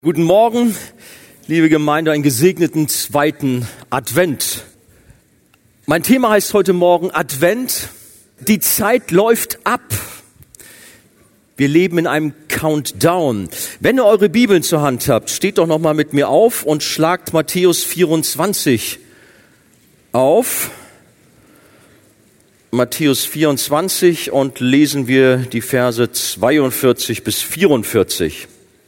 Guten Morgen, liebe Gemeinde, einen gesegneten zweiten Advent. Mein Thema heißt heute Morgen Advent. Die Zeit läuft ab. Wir leben in einem Countdown. Wenn ihr eure Bibeln zur Hand habt, steht doch noch mal mit mir auf und schlagt Matthäus 24 auf. Matthäus 24 und lesen wir die Verse 42 bis 44.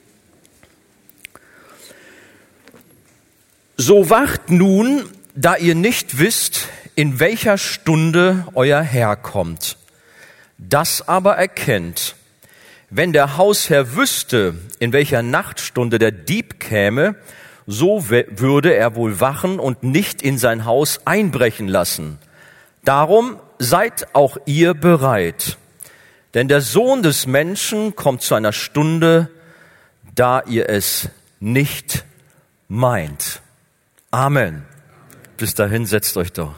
So wacht nun, da ihr nicht wisst, in welcher Stunde euer Herr kommt. Das aber erkennt, wenn der Hausherr wüsste, in welcher Nachtstunde der Dieb käme, so würde er wohl wachen und nicht in sein Haus einbrechen lassen. Darum seid auch ihr bereit. Denn der Sohn des Menschen kommt zu einer Stunde, da ihr es nicht meint. Amen. Bis dahin, setzt euch doch.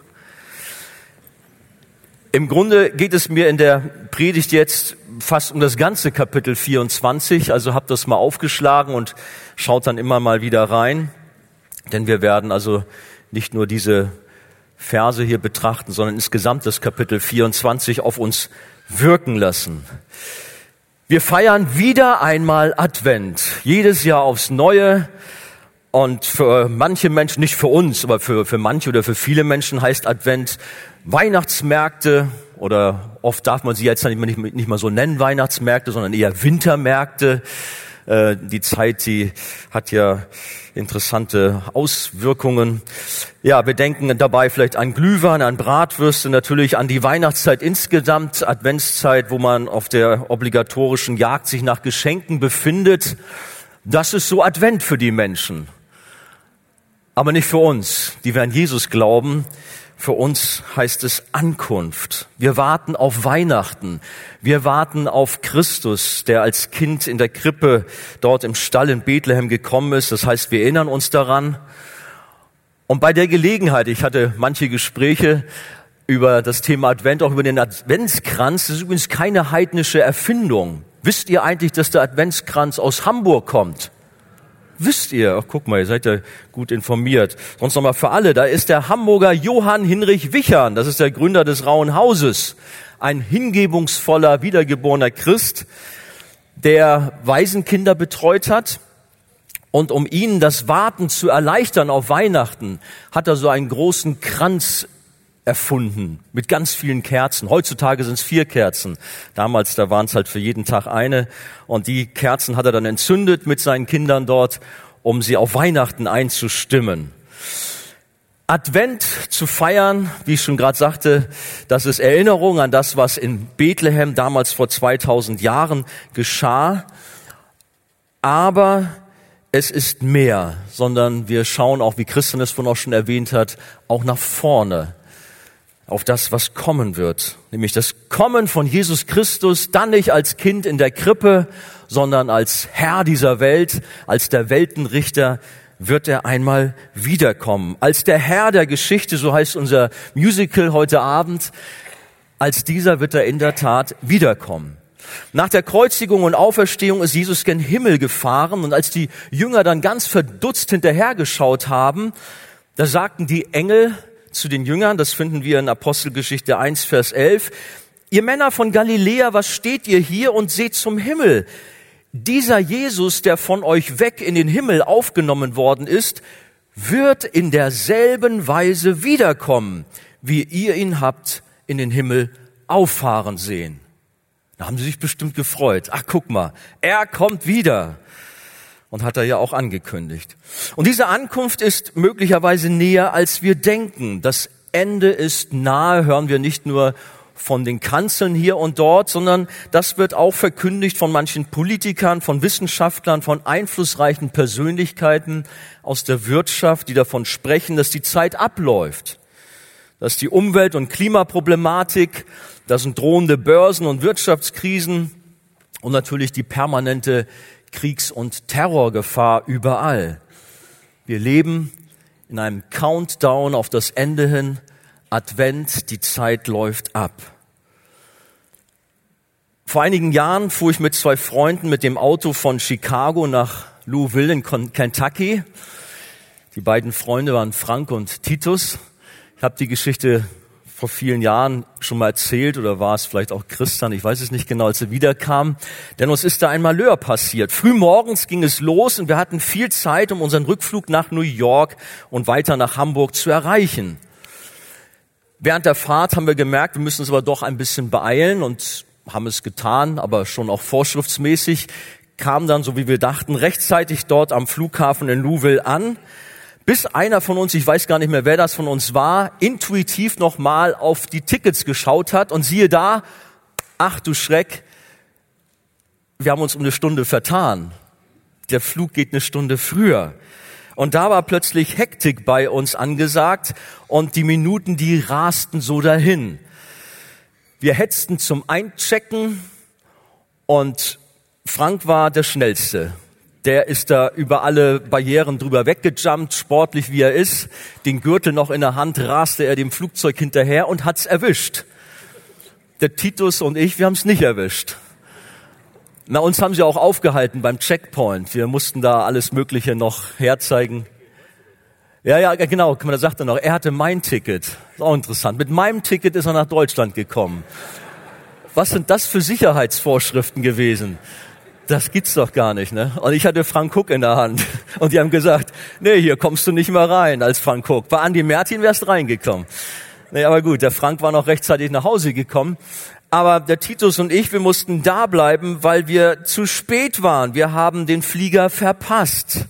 Im Grunde geht es mir in der Predigt jetzt fast um das ganze Kapitel 24, also habt das mal aufgeschlagen und schaut dann immer mal wieder rein, denn wir werden also nicht nur diese Verse hier betrachten, sondern insgesamt das Kapitel 24 auf uns wirken lassen. Wir feiern wieder einmal Advent, jedes Jahr aufs Neue. Und für manche Menschen, nicht für uns, aber für manche oder für viele Menschen heißt Advent Weihnachtsmärkte oder oft darf man sie jetzt nicht mal so nennen, Weihnachtsmärkte, sondern eher Wintermärkte. Die Zeit, die hat ja interessante Auswirkungen. Ja, wir denken dabei vielleicht an Glühwein, an Bratwürste, natürlich an die Weihnachtszeit insgesamt, Adventszeit, wo man auf der obligatorischen Jagd sich nach Geschenken befindet. Das ist so Advent für die Menschen. Aber nicht für uns, die wir an Jesus glauben. Für uns heißt es Ankunft. Wir warten auf Weihnachten. Wir warten auf Christus, der als Kind in der Krippe dort im Stall in Bethlehem gekommen ist. Das heißt, wir erinnern uns daran. Und bei der Gelegenheit, ich hatte manche Gespräche über das Thema Advent, auch über den Adventskranz. Das ist übrigens keine heidnische Erfindung. Wisst ihr eigentlich, dass der Adventskranz aus Hamburg kommt? Wisst ihr? Ach, guck mal, ihr seid ja gut informiert. Sonst nochmal für alle, da ist der Hamburger Johann Hinrich Wichern, das ist der Gründer des Rauen Hauses, ein hingebungsvoller, wiedergeborener Christ, der Waisenkinder betreut hat. Und um ihnen das Warten zu erleichtern auf Weihnachten, hat er so einen großen Kranz erfunden mit ganz vielen Kerzen. Heutzutage sind es 4 Kerzen. Damals, da waren es halt für jeden Tag eine. Und die Kerzen hat er dann entzündet mit seinen Kindern dort, um sie auf Weihnachten einzustimmen. Advent zu feiern, wie ich schon gerade sagte, das ist Erinnerung an das, was in Bethlehem damals vor 2000 Jahren geschah. Aber es ist mehr, sondern wir schauen auch, wie Christian es vorhin auch schon erwähnt hat, auch nach vorne. Auf das, was kommen wird, nämlich das Kommen von Jesus Christus, dann nicht als Kind in der Krippe, sondern als Herr dieser Welt, als der Weltenrichter wird er einmal wiederkommen. Als der Herr der Geschichte, so heißt unser Musical heute Abend, als dieser wird er in der Tat wiederkommen. Nach der Kreuzigung und Auferstehung ist Jesus gen Himmel gefahren und als die Jünger dann ganz verdutzt hinterhergeschaut haben, da sagten die Engel zu den Jüngern, das finden wir in Apostelgeschichte 1, Vers 11, ihr Männer von Galiläa, was steht ihr hier und seht zum Himmel? Dieser Jesus, der von euch weg in den Himmel aufgenommen worden ist, wird in derselben Weise wiederkommen, wie ihr ihn habt in den Himmel auffahren sehen. Da haben sie sich bestimmt gefreut. Ach, guck mal, er kommt wieder. Und hat er ja auch angekündigt. Und diese Ankunft ist möglicherweise näher, als wir denken. Das Ende ist nahe, hören wir nicht nur von den Kanzeln hier und dort, sondern das wird auch verkündigt von manchen Politikern, von Wissenschaftlern, von einflussreichen Persönlichkeiten aus der Wirtschaft, die davon sprechen, dass die Zeit abläuft. Dass die Umwelt- und Klimaproblematik, das sind drohende Börsen- und Wirtschaftskrisen und natürlich die permanente Kriegs- und Terrorgefahr überall. Wir leben in einem Countdown auf das Ende hin. Advent, die Zeit läuft ab. Vor einigen Jahren fuhr ich mit 2 Freunden mit dem Auto von Chicago nach Louisville in Kentucky. Die beiden Freunde waren Frank und Titus. Ich habe die Geschichte vor vielen Jahren schon mal erzählt, oder war es vielleicht auch Christian, ich weiß es nicht genau, als sie wiederkamen. Denn uns ist da ein Malheur passiert. Frühmorgens ging es los und wir hatten viel Zeit, um unseren Rückflug nach New York und weiter nach Hamburg zu erreichen. Während der Fahrt haben wir gemerkt, wir müssen uns aber doch ein bisschen beeilen und haben es getan, aber schon auch vorschriftsmäßig, kamen dann, so wie wir dachten, rechtzeitig dort am Flughafen in Louisville an, bis einer von uns, ich weiß gar nicht mehr, wer das von uns war, intuitiv nochmal auf die Tickets geschaut hat und siehe da, ach du Schreck, wir haben uns um eine Stunde vertan. Der Flug geht eine Stunde früher. Und da war plötzlich Hektik bei uns angesagt und die Minuten, die rasten so dahin. Wir hetzten zum Einchecken und Frank war der Schnellste. Der ist da über alle Barrieren drüber weggejumpt, sportlich wie er ist. Den Gürtel noch in der Hand raste er dem Flugzeug hinterher und hat's erwischt. Der Titus und ich, wir haben's nicht erwischt. Na, uns haben sie auch aufgehalten beim Checkpoint. Wir mussten da alles Mögliche noch herzeigen. Ja, genau, da sagt er noch, er hatte mein Ticket. Ist auch interessant. Mit meinem Ticket ist er nach Deutschland gekommen. Was sind das für Sicherheitsvorschriften gewesen? Das gibt's doch gar nicht, ne? Und ich hatte Frank Cook in der Hand. Und die haben gesagt, nee, hier kommst du nicht mehr rein als Frank Cook. Bei Andi Mertin wärst reingekommen. Nee, aber gut, der Frank war noch rechtzeitig nach Hause gekommen. Aber der Titus und ich, wir mussten da bleiben, weil wir zu spät waren. Wir haben den Flieger verpasst.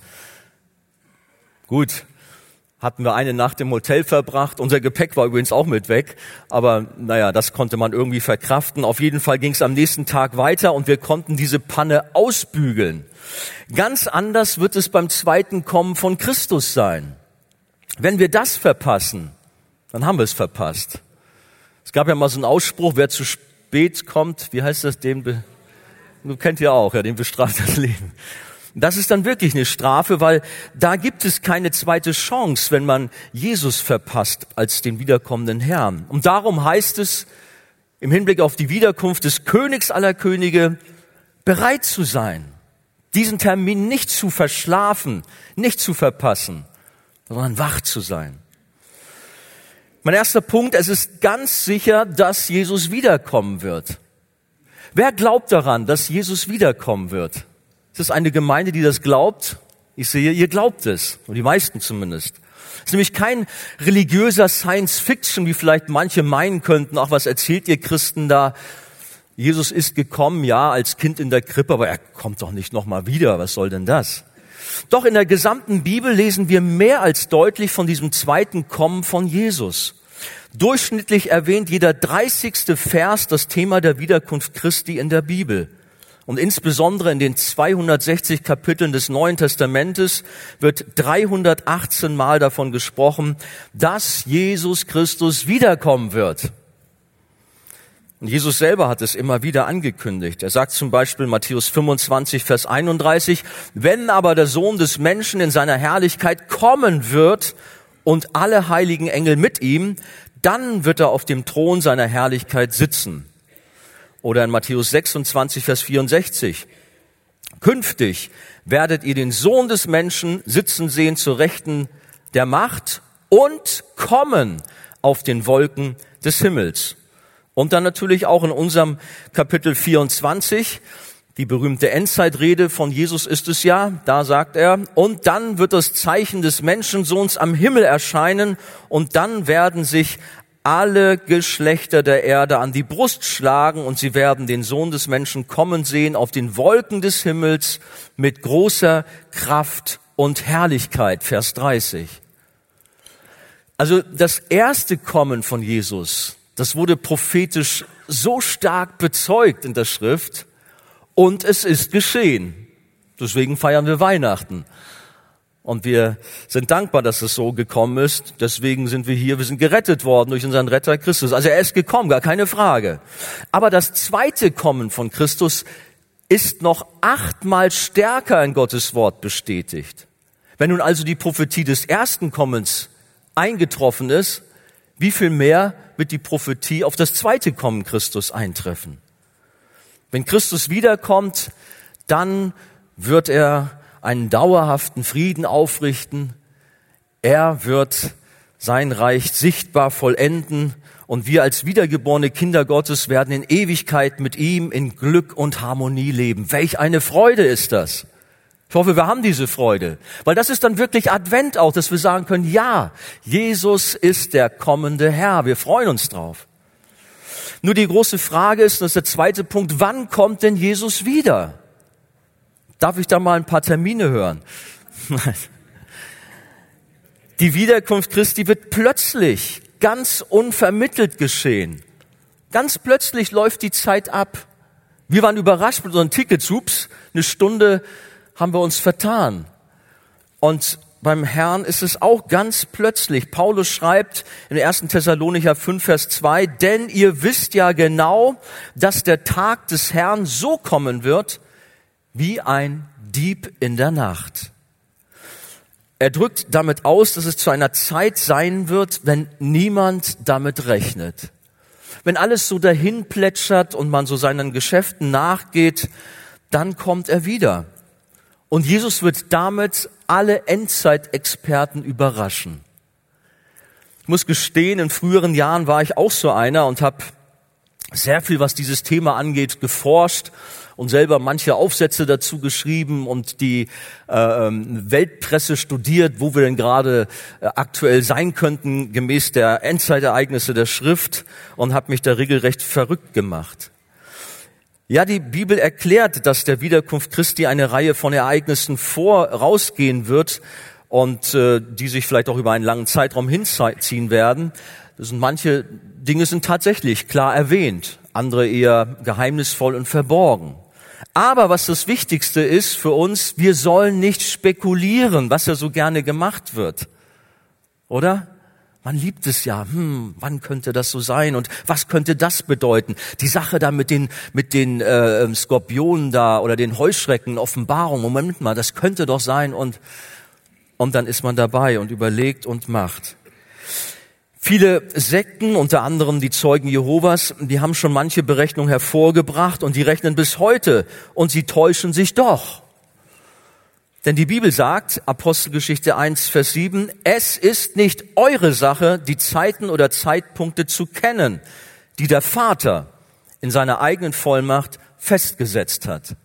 Gut. Hatten wir eine Nacht im Hotel verbracht. Unser Gepäck war übrigens auch mit weg. Aber naja, das konnte man irgendwie verkraften. Auf jeden Fall ging es am nächsten Tag weiter und wir konnten diese Panne ausbügeln. Ganz anders wird es beim zweiten Kommen von Christus sein. Wenn wir das verpassen, dann haben wir es verpasst. Es gab ja mal so einen Ausspruch, wer zu spät kommt, wie heißt das, du kennt ja auch, ja, den bestraft das Leben. Das ist dann wirklich eine Strafe, weil da gibt es keine zweite Chance, wenn man Jesus verpasst als den wiederkommenden Herrn. Und darum heißt es im Hinblick auf die Wiederkunft des Königs aller Könige, bereit zu sein, diesen Termin nicht zu verschlafen, nicht zu verpassen, sondern wach zu sein. Mein erster Punkt, es ist ganz sicher, dass Jesus wiederkommen wird. Wer glaubt daran, dass Jesus wiederkommen wird? Es ist eine Gemeinde, die das glaubt. Ich sehe, ihr glaubt es. Und die meisten zumindest. Es ist nämlich kein religiöser Science-Fiction, wie vielleicht manche meinen könnten. Ach, was erzählt ihr Christen da? Jesus ist gekommen, ja, als Kind in der Krippe, aber er kommt doch nicht nochmal wieder. Was soll denn das? Doch in der gesamten Bibel lesen wir mehr als deutlich von diesem zweiten Kommen von Jesus. Durchschnittlich erwähnt jeder 30. Vers das Thema der Wiederkunft Christi in der Bibel. Und insbesondere in den 260 Kapiteln des Neuen Testamentes wird 318 Mal davon gesprochen, dass Jesus Christus wiederkommen wird. Und Jesus selber hat es immer wieder angekündigt. Er sagt zum Beispiel in Matthäus 25, Vers 31, wenn aber der Sohn des Menschen in seiner Herrlichkeit kommen wird und alle heiligen Engel mit ihm, dann wird er auf dem Thron seiner Herrlichkeit sitzen. Oder in Matthäus 26, Vers 64. Künftig werdet ihr den Sohn des Menschen sitzen sehen zur Rechten der Macht und kommen auf den Wolken des Himmels. Und dann natürlich auch in unserem Kapitel 24, die berühmte Endzeitrede von Jesus ist es ja, da sagt er, und dann wird das Zeichen des Menschensohns am Himmel erscheinen und dann werden sich alle Geschlechter der Erde an die Brust schlagen und sie werden den Sohn des Menschen kommen sehen auf den Wolken des Himmels mit großer Kraft und Herrlichkeit. Vers 30. Also das erste Kommen von Jesus, das wurde prophetisch so stark bezeugt in der Schrift und es ist geschehen. Deswegen feiern wir Weihnachten. Und wir sind dankbar, dass es so gekommen ist. Deswegen sind wir hier. Wir sind gerettet worden durch unseren Retter Christus. Also er ist gekommen, gar keine Frage. Aber das zweite Kommen von Christus ist noch 8-mal stärker in Gottes Wort bestätigt. Wenn nun also die Prophetie des ersten Kommens eingetroffen ist, wie viel mehr wird die Prophetie auf das zweite Kommen Christus eintreffen? Wenn Christus wiederkommt, dann wird er einen dauerhaften Frieden aufrichten. Er wird sein Reich sichtbar vollenden und wir als wiedergeborene Kinder Gottes werden in Ewigkeit mit ihm in Glück und Harmonie leben. Welch eine Freude ist das! Ich hoffe, wir haben diese Freude, weil das ist dann wirklich Advent auch, dass wir sagen können, ja, Jesus ist der kommende Herr. Wir freuen uns drauf. Nur die große Frage ist, das ist der zweite Punkt, wann kommt denn Jesus wieder? Darf ich da mal ein paar Termine hören? Die Wiederkunft Christi wird plötzlich, ganz unvermittelt geschehen. Ganz plötzlich läuft die Zeit ab. Wir waren überrascht mit unseren Tickets. Ups, eine Stunde haben wir uns vertan. Und beim Herrn ist es auch ganz plötzlich. Paulus schreibt in 1. Thessalonicher 5, Vers 2, denn ihr wisst ja genau, dass der Tag des Herrn so kommen wird, wie ein Dieb in der Nacht. Er drückt damit aus, dass es zu einer Zeit sein wird, wenn niemand damit rechnet. Wenn alles so dahin plätschert und man so seinen Geschäften nachgeht, dann kommt er wieder. Und Jesus wird damit alle Endzeitexperten überraschen. Ich muss gestehen, in früheren Jahren war ich auch so einer und habe sehr viel, was dieses Thema angeht, geforscht und selber manche Aufsätze dazu geschrieben und die Weltpresse studiert, wo wir denn gerade aktuell sein könnten, gemäß der Endzeitereignisse der Schrift, und habe mich da regelrecht verrückt gemacht. Ja, die Bibel erklärt, dass der Wiederkunft Christi eine Reihe von Ereignissen vorausgehen wird und die sich vielleicht auch über einen langen Zeitraum hinziehen werden. Manche Dinge sind tatsächlich klar erwähnt, andere eher geheimnisvoll und verborgen. Aber was das Wichtigste ist für uns, wir sollen nicht spekulieren, was ja so gerne gemacht wird. Oder? Man liebt es ja. Wann könnte das so sein? Und was könnte das bedeuten? Die Sache da mit den Skorpionen da oder den Heuschrecken in Offenbarung. Moment mal, das könnte doch sein. Und dann ist man dabei und überlegt und macht. Viele Sekten, unter anderem die Zeugen Jehovas, die haben schon manche Berechnung hervorgebracht und die rechnen bis heute und sie täuschen sich doch. Denn die Bibel sagt, Apostelgeschichte 1, Vers 7, es ist nicht eure Sache, die Zeiten oder Zeitpunkte zu kennen, die der Vater in seiner eigenen Vollmacht festgesetzt hat.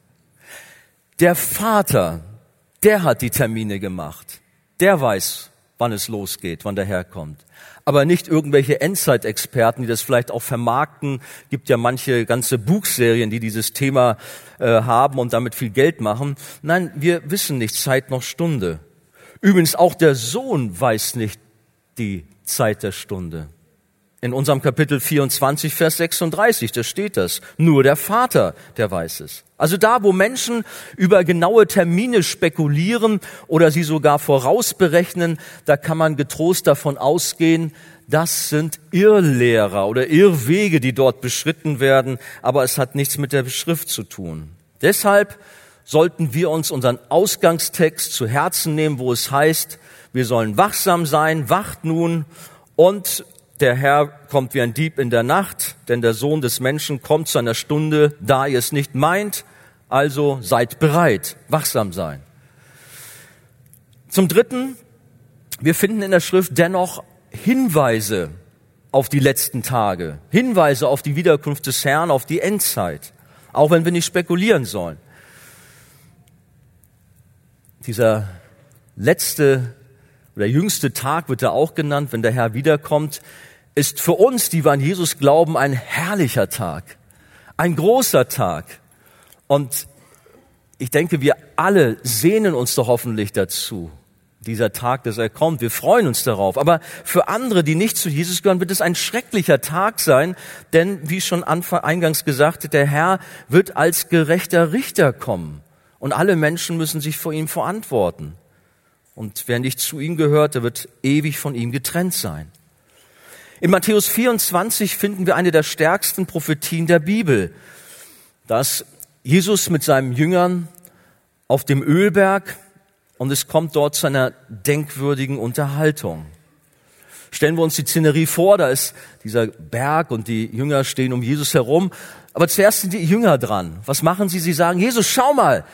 Der Vater, der hat die Termine gemacht. Der weiß, wann es losgeht, wann der Herr kommt. Aber nicht irgendwelche Endzeitexperten, die das vielleicht auch vermarkten. Gibt ja manche ganze Buchserien, die dieses Thema haben und damit viel Geld machen. Nein, wir wissen nicht Zeit noch Stunde. Übrigens auch der Sohn weiß nicht die Zeit der Stunde. In unserem Kapitel 24, Vers 36, da steht das. Nur der Vater, der weiß es. Also da, wo Menschen über genaue Termine spekulieren oder sie sogar vorausberechnen, da kann man getrost davon ausgehen, das sind Irrlehrer oder Irrwege, die dort beschritten werden, aber es hat nichts mit der Schrift zu tun. Deshalb sollten wir uns unseren Ausgangstext zu Herzen nehmen, wo es heißt, wir sollen wachsam sein, wacht nun, und der Herr kommt wie ein Dieb in der Nacht, denn der Sohn des Menschen kommt zu einer Stunde, da ihr es nicht meint, also seid bereit, wachsam sein. Zum Dritten, wir finden in der Schrift dennoch Hinweise auf die letzten Tage, Hinweise auf die Wiederkunft des Herrn, auf die Endzeit, auch wenn wir nicht spekulieren sollen. Dieser letzte oder jüngste Tag wird er auch genannt, wenn der Herr wiederkommt, ist für uns, die wir an Jesus glauben, ein herrlicher Tag, ein großer Tag. Und ich denke, wir alle sehnen uns doch hoffentlich dazu, dieser Tag, dass er kommt. Wir freuen uns darauf. Aber für andere, die nicht zu Jesus gehören, wird es ein schrecklicher Tag sein, denn wie schon eingangs gesagt, der Herr wird als gerechter Richter kommen und alle Menschen müssen sich vor ihm verantworten. Und wer nicht zu ihm gehört, der wird ewig von ihm getrennt sein. In Matthäus 24 finden wir eine der stärksten Prophetien der Bibel, dass Jesus mit seinen Jüngern auf dem Ölberg, und es kommt dort zu einer denkwürdigen Unterhaltung. Stellen wir uns die Szenerie vor, da ist dieser Berg und die Jünger stehen um Jesus herum, aber zuerst sind die Jünger dran. Was machen sie? Sie sagen, Jesus, schau mal,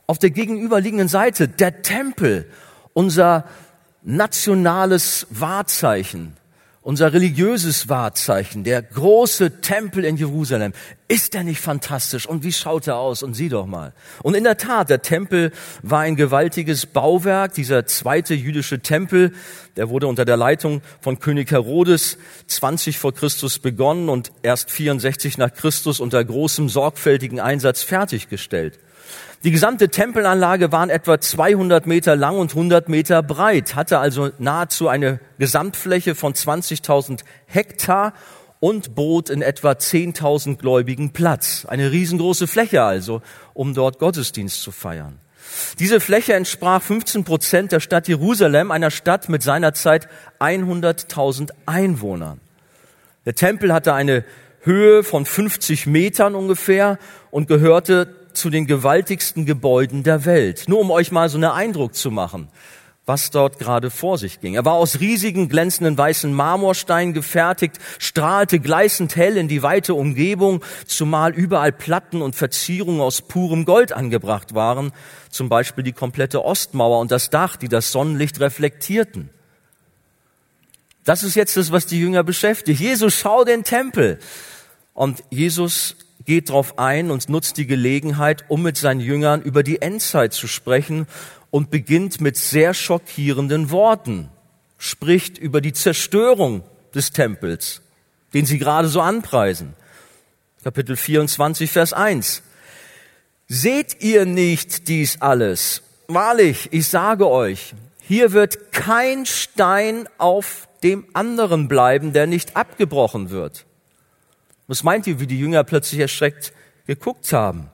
Auf der gegenüberliegenden Seite der Tempel, unser nationales Wahrzeichen, unser religiöses Wahrzeichen, der große Tempel in Jerusalem. Ist der nicht fantastisch? Und wie schaut er aus? Und sieh doch mal. Und in der Tat, der Tempel war ein gewaltiges Bauwerk. Dieser zweite jüdische Tempel, der wurde unter der Leitung von König Herodes 20 vor Christus begonnen und erst 64 nach Christus unter großem sorgfältigen Einsatz fertiggestellt. Die gesamte Tempelanlage war etwa 200 Meter lang und 100 Meter breit, hatte also nahezu eine Gesamtfläche von 20.000 Hektar und bot in etwa 10.000 Gläubigen Platz. Eine riesengroße Fläche also, um dort Gottesdienst zu feiern. Diese Fläche entsprach 15% der Stadt Jerusalem, einer Stadt mit seinerzeit 100.000 Einwohnern. Der Tempel hatte eine Höhe von 50 Metern ungefähr und gehörte zu den gewaltigsten Gebäuden der Welt. Nur um euch mal so einen Eindruck zu machen, was dort gerade vor sich ging. Er war aus riesigen, glänzenden weißen Marmorsteinen gefertigt, strahlte gleißend hell in die weite Umgebung, zumal überall Platten und Verzierungen aus purem Gold angebracht waren, zum Beispiel die komplette Ostmauer und das Dach, die das Sonnenlicht reflektierten. Das ist jetzt das, was die Jünger beschäftigt. Jesus, schau den Tempel. Und Jesus geht darauf ein und nutzt die Gelegenheit, um mit seinen Jüngern über die Endzeit zu sprechen und beginnt mit sehr schockierenden Worten, spricht über die Zerstörung des Tempels, den sie gerade so anpreisen. Kapitel 24, Vers 1. Seht ihr nicht dies alles? Wahrlich, ich sage euch, hier wird kein Stein auf dem anderen bleiben, der nicht abgebrochen wird. Was meint ihr, wie die Jünger plötzlich erschreckt geguckt haben?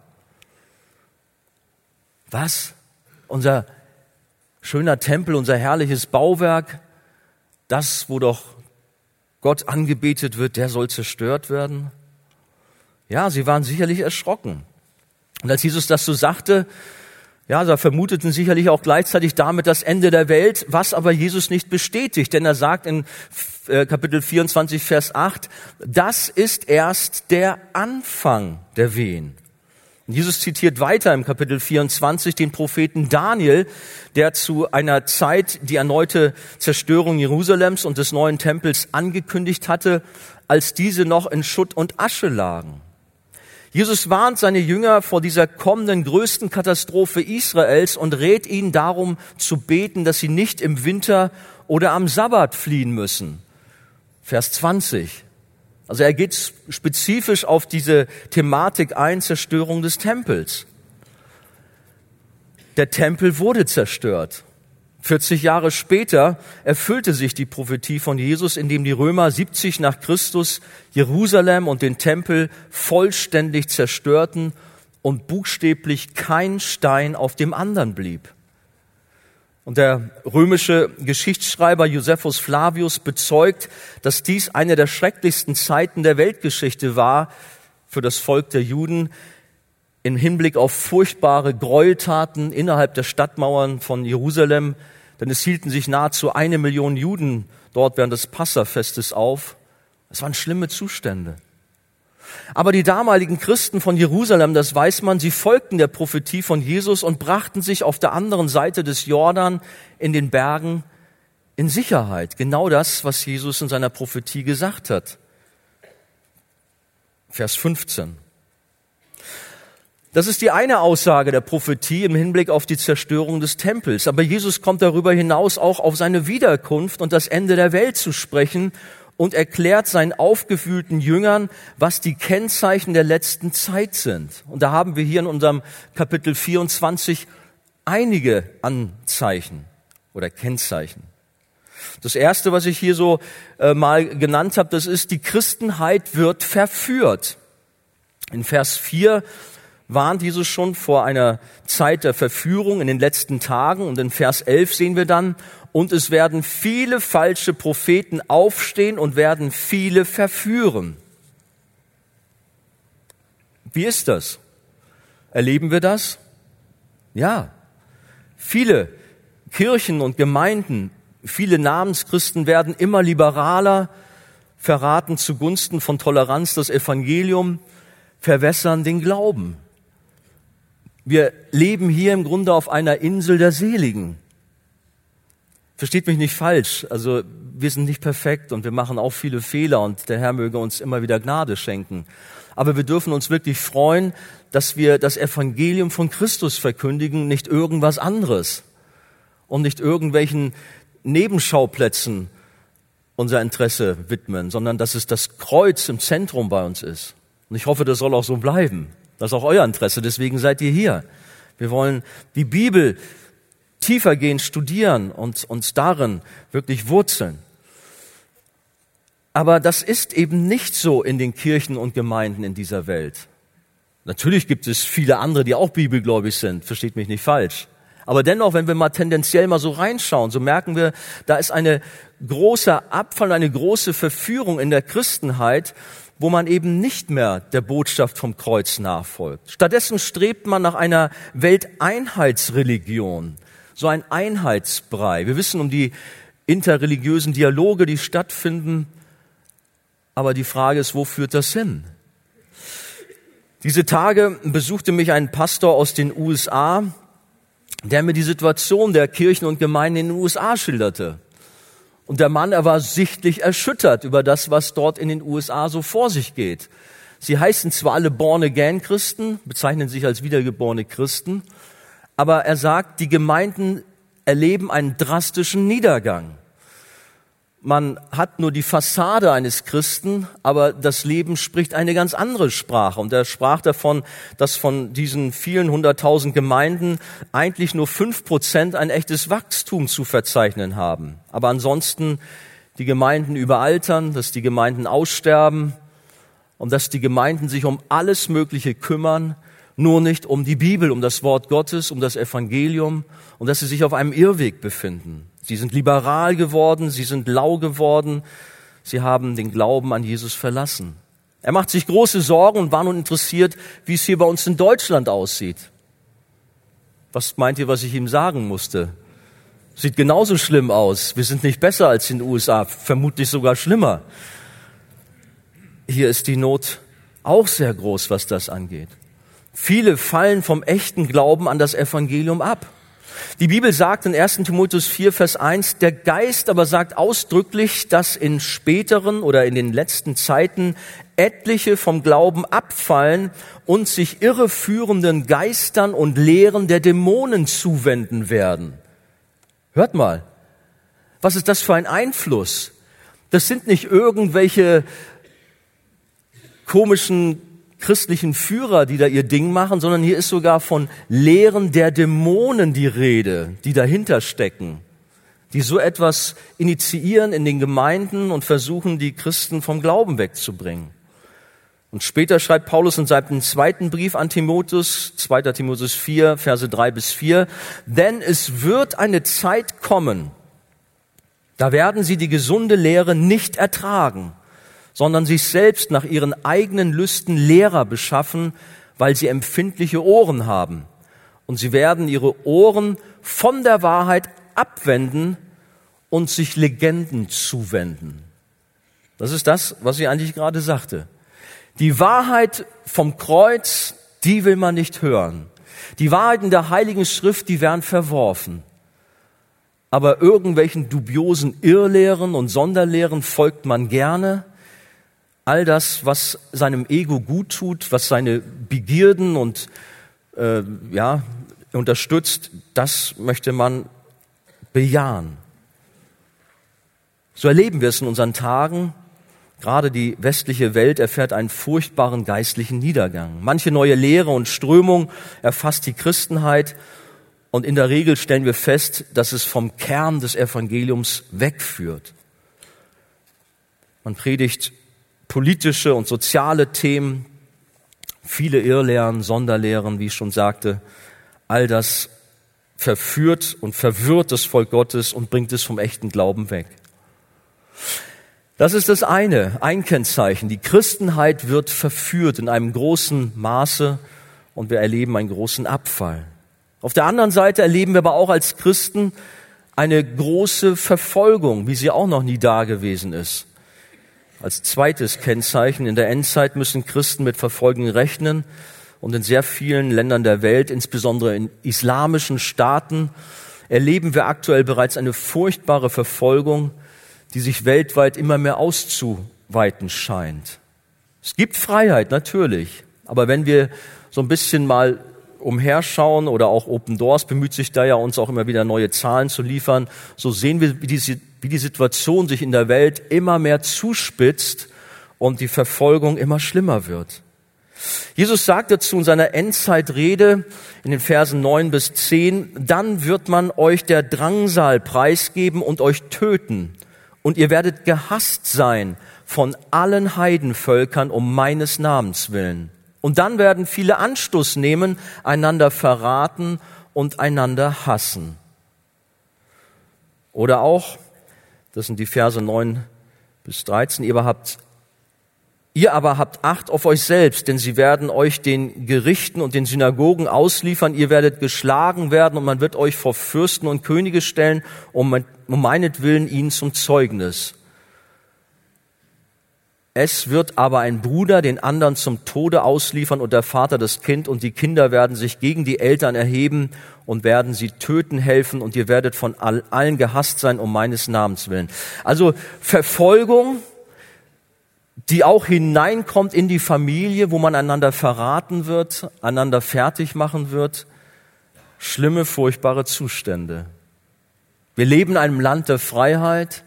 Was? Unser schöner Tempel, unser herrliches Bauwerk, das, wo doch Gott angebetet wird, der soll zerstört werden? Ja, sie waren sicherlich erschrocken. Und als Jesus das so sagte, ja, da vermuteten sicherlich auch gleichzeitig damit das Ende der Welt, was aber Jesus nicht bestätigt, denn er sagt in Kapitel 24, Vers 8, das ist erst der Anfang der Wehen. Und Jesus zitiert weiter im Kapitel 24 den Propheten Daniel, der zu einer Zeit die erneute Zerstörung Jerusalems und des neuen Tempels angekündigt hatte, als diese noch in Schutt und Asche lagen. Jesus warnt seine Jünger vor dieser kommenden größten Katastrophe Israels und rät ihnen darum zu beten, dass sie nicht im Winter oder am Sabbat fliehen müssen. Vers 20. Also er geht spezifisch auf diese Thematik ein, Zerstörung des Tempels. Der Tempel wurde zerstört. 40 Jahre später erfüllte sich die Prophetie von Jesus, indem die Römer 70 nach Christus Jerusalem und den Tempel vollständig zerstörten und buchstäblich kein Stein auf dem anderen blieb. Und der römische Geschichtsschreiber Josephus Flavius bezeugt, dass dies eine der schrecklichsten Zeiten der Weltgeschichte war für das Volk der Juden im Hinblick auf furchtbare Gräueltaten innerhalb der Stadtmauern von Jerusalem. Denn es hielten sich nahezu 1 Million Juden dort während des Passafestes auf. Es waren schlimme Zustände. Aber die damaligen Christen von Jerusalem, das weiß man, sie folgten der Prophetie von Jesus und brachten sich auf der anderen Seite des Jordan in den Bergen in Sicherheit. Genau das, was Jesus in seiner Prophetie gesagt hat. Vers 15. Das ist die eine Aussage der Prophetie im Hinblick auf die Zerstörung des Tempels. Aber Jesus kommt darüber hinaus auch auf seine Wiederkunft und das Ende der Welt zu sprechen und erklärt seinen aufgewühlten Jüngern, was die Kennzeichen der letzten Zeit sind. Und da haben wir hier in unserem Kapitel 24 einige Anzeichen oder Kennzeichen. Das erste, was ich hier so mal genannt habe, das ist, die Christenheit wird verführt. In Vers 4 warnt Jesus schon vor einer Zeit der Verführung in den letzten Tagen. Und in Vers 11 sehen wir dann, und es werden viele falsche Propheten aufstehen und werden viele verführen. Wie ist das? Erleben wir das? Ja. Viele Kirchen und Gemeinden, viele Namenschristen werden immer liberaler, verraten zugunsten von Toleranz das Evangelium, verwässern den Glauben. Wir leben hier im Grunde auf einer Insel der Seligen. Versteht mich nicht falsch, also wir sind nicht perfekt und wir machen auch viele Fehler und der Herr möge uns immer wieder Gnade schenken. Aber wir dürfen uns wirklich freuen, dass wir das Evangelium von Christus verkündigen, nicht irgendwas anderes und nicht irgendwelchen Nebenschauplätzen unser Interesse widmen, sondern dass es das Kreuz im Zentrum bei uns ist. Und ich hoffe, das soll auch so bleiben. Das ist auch euer Interesse, deswegen seid ihr hier. Wir wollen die Bibel tiefergehend studieren und uns darin wirklich wurzeln. Aber das ist eben nicht so in den Kirchen und Gemeinden in dieser Welt. Natürlich gibt es viele andere, die auch bibelgläubig sind, versteht mich nicht falsch. Aber dennoch, wenn wir mal tendenziell mal so reinschauen, so merken wir, da ist eine große Abfall, eine große Verführung in der Christenheit, wo man eben nicht mehr der Botschaft vom Kreuz nachfolgt. Stattdessen strebt man nach einer Welteinheitsreligion, so ein Einheitsbrei. Wir wissen um die interreligiösen Dialoge, die stattfinden, aber die Frage ist, wo führt das hin? Diese Tage besuchte mich ein Pastor aus den USA, der mir die Situation der Kirchen und Gemeinden in den USA schilderte. Und der Mann, er war sichtlich erschüttert über das, was dort in den USA so vor sich geht. Sie heißen zwar alle Born-Again-Christen, bezeichnen sich als wiedergeborene Christen, aber er sagt, die Gemeinden erleben einen drastischen Niedergang. Man hat nur die Fassade eines Christen, aber das Leben spricht eine ganz andere Sprache. Und er sprach davon, dass von diesen vielen 100.000 Gemeinden eigentlich nur 5% ein echtes Wachstum zu verzeichnen haben. Aber ansonsten die Gemeinden überaltern, dass die Gemeinden aussterben und dass die Gemeinden sich um alles Mögliche kümmern, nur nicht um die Bibel, um das Wort Gottes, um das Evangelium und dass sie sich auf einem Irrweg befinden. Sie sind liberal geworden, sie sind lau geworden, sie haben den Glauben an Jesus verlassen. Er macht sich große Sorgen und war nun interessiert, wie es hier bei uns in Deutschland aussieht. Was meint ihr, was ich ihm sagen musste? Sieht genauso schlimm aus. Wir sind nicht besser als in den USA, vermutlich sogar schlimmer. Hier ist die Not auch sehr groß, was das angeht. Viele fallen vom echten Glauben an das Evangelium ab. Die Bibel sagt in 1. Timotheus 4, Vers 1, der Geist aber sagt ausdrücklich, dass in späteren oder in den letzten Zeiten etliche vom Glauben abfallen und sich irreführenden Geistern und Lehren der Dämonen zuwenden werden. Hört mal, was ist das für ein Einfluss? Das sind nicht irgendwelche komischen christlichen Führer, die da ihr Ding machen, sondern hier ist sogar von Lehren der Dämonen die Rede, die dahinter stecken, die so etwas initiieren in den Gemeinden und versuchen, die Christen vom Glauben wegzubringen. Und später schreibt Paulus in seinem zweiten Brief an Timotheus, 2. Timotheus 4, Verse 3-4, denn es wird eine Zeit kommen, da werden sie die gesunde Lehre nicht ertragen, sondern sich selbst nach ihren eigenen Lüsten Lehrer beschaffen, weil sie empfindliche Ohren haben. Und sie werden ihre Ohren von der Wahrheit abwenden und sich Legenden zuwenden. Das ist das, was ich eigentlich gerade sagte. Die Wahrheit vom Kreuz, die will man nicht hören. Die Wahrheiten der Heiligen Schrift, die werden verworfen. Aber irgendwelchen dubiosen Irrlehren und Sonderlehren folgt man gerne. All das, was seinem Ego gut tut, was seine Begierden und unterstützt, das möchte man bejahen. So erleben wir es in unseren Tagen. Gerade die westliche Welt erfährt einen furchtbaren geistlichen Niedergang. Manche neue Lehre und Strömung erfasst die Christenheit und in der Regel stellen wir fest, dass es vom Kern des Evangeliums wegführt. Man predigt politische und soziale Themen, viele Irrlehren, Sonderlehren, wie ich schon sagte, all das verführt und verwirrt das Volk Gottes und bringt es vom echten Glauben weg. Das ist das eine, ein Kennzeichen. Die Christenheit wird verführt in einem großen Maße und wir erleben einen großen Abfall. Auf der anderen Seite erleben wir aber auch als Christen eine große Verfolgung, wie sie auch noch nie da gewesen ist. Als zweites Kennzeichen, in der Endzeit müssen Christen mit Verfolgung rechnen und in sehr vielen Ländern der Welt, insbesondere in islamischen Staaten, erleben wir aktuell bereits eine furchtbare Verfolgung, die sich weltweit immer mehr auszuweiten scheint. Es gibt Freiheit, natürlich, aber wenn wir so ein bisschen mal umherschauen oder auch Open Doors bemüht sich da ja, uns auch immer wieder neue Zahlen zu liefern, so sehen wir, wie die Situation sich in der Welt immer mehr zuspitzt und die Verfolgung immer schlimmer wird. Jesus sagt dazu in seiner Endzeitrede in den Versen 9 bis 10, dann wird man euch der Drangsal preisgeben und euch töten und ihr werdet gehasst sein von allen Heidenvölkern um meines Namens willen. Und dann werden viele Anstoß nehmen, einander verraten und einander hassen. Oder auch, das sind die Verse 9 bis 13, ihr aber habt Acht auf euch selbst, denn sie werden euch den Gerichten und den Synagogen ausliefern. Ihr werdet geschlagen werden und man wird euch vor Fürsten und Könige stellen, um meinetwillen ihnen zum Zeugnis. Es wird aber ein Bruder den anderen zum Tode ausliefern und der Vater das Kind, und die Kinder werden sich gegen die Eltern erheben und werden sie töten helfen, und ihr werdet von allen gehasst sein um meines Namens willen. Also Verfolgung, die auch hineinkommt in die Familie, wo man einander verraten wird, einander fertig machen wird. Schlimme, furchtbare Zustände. Wir leben in einem Land der Freiheit,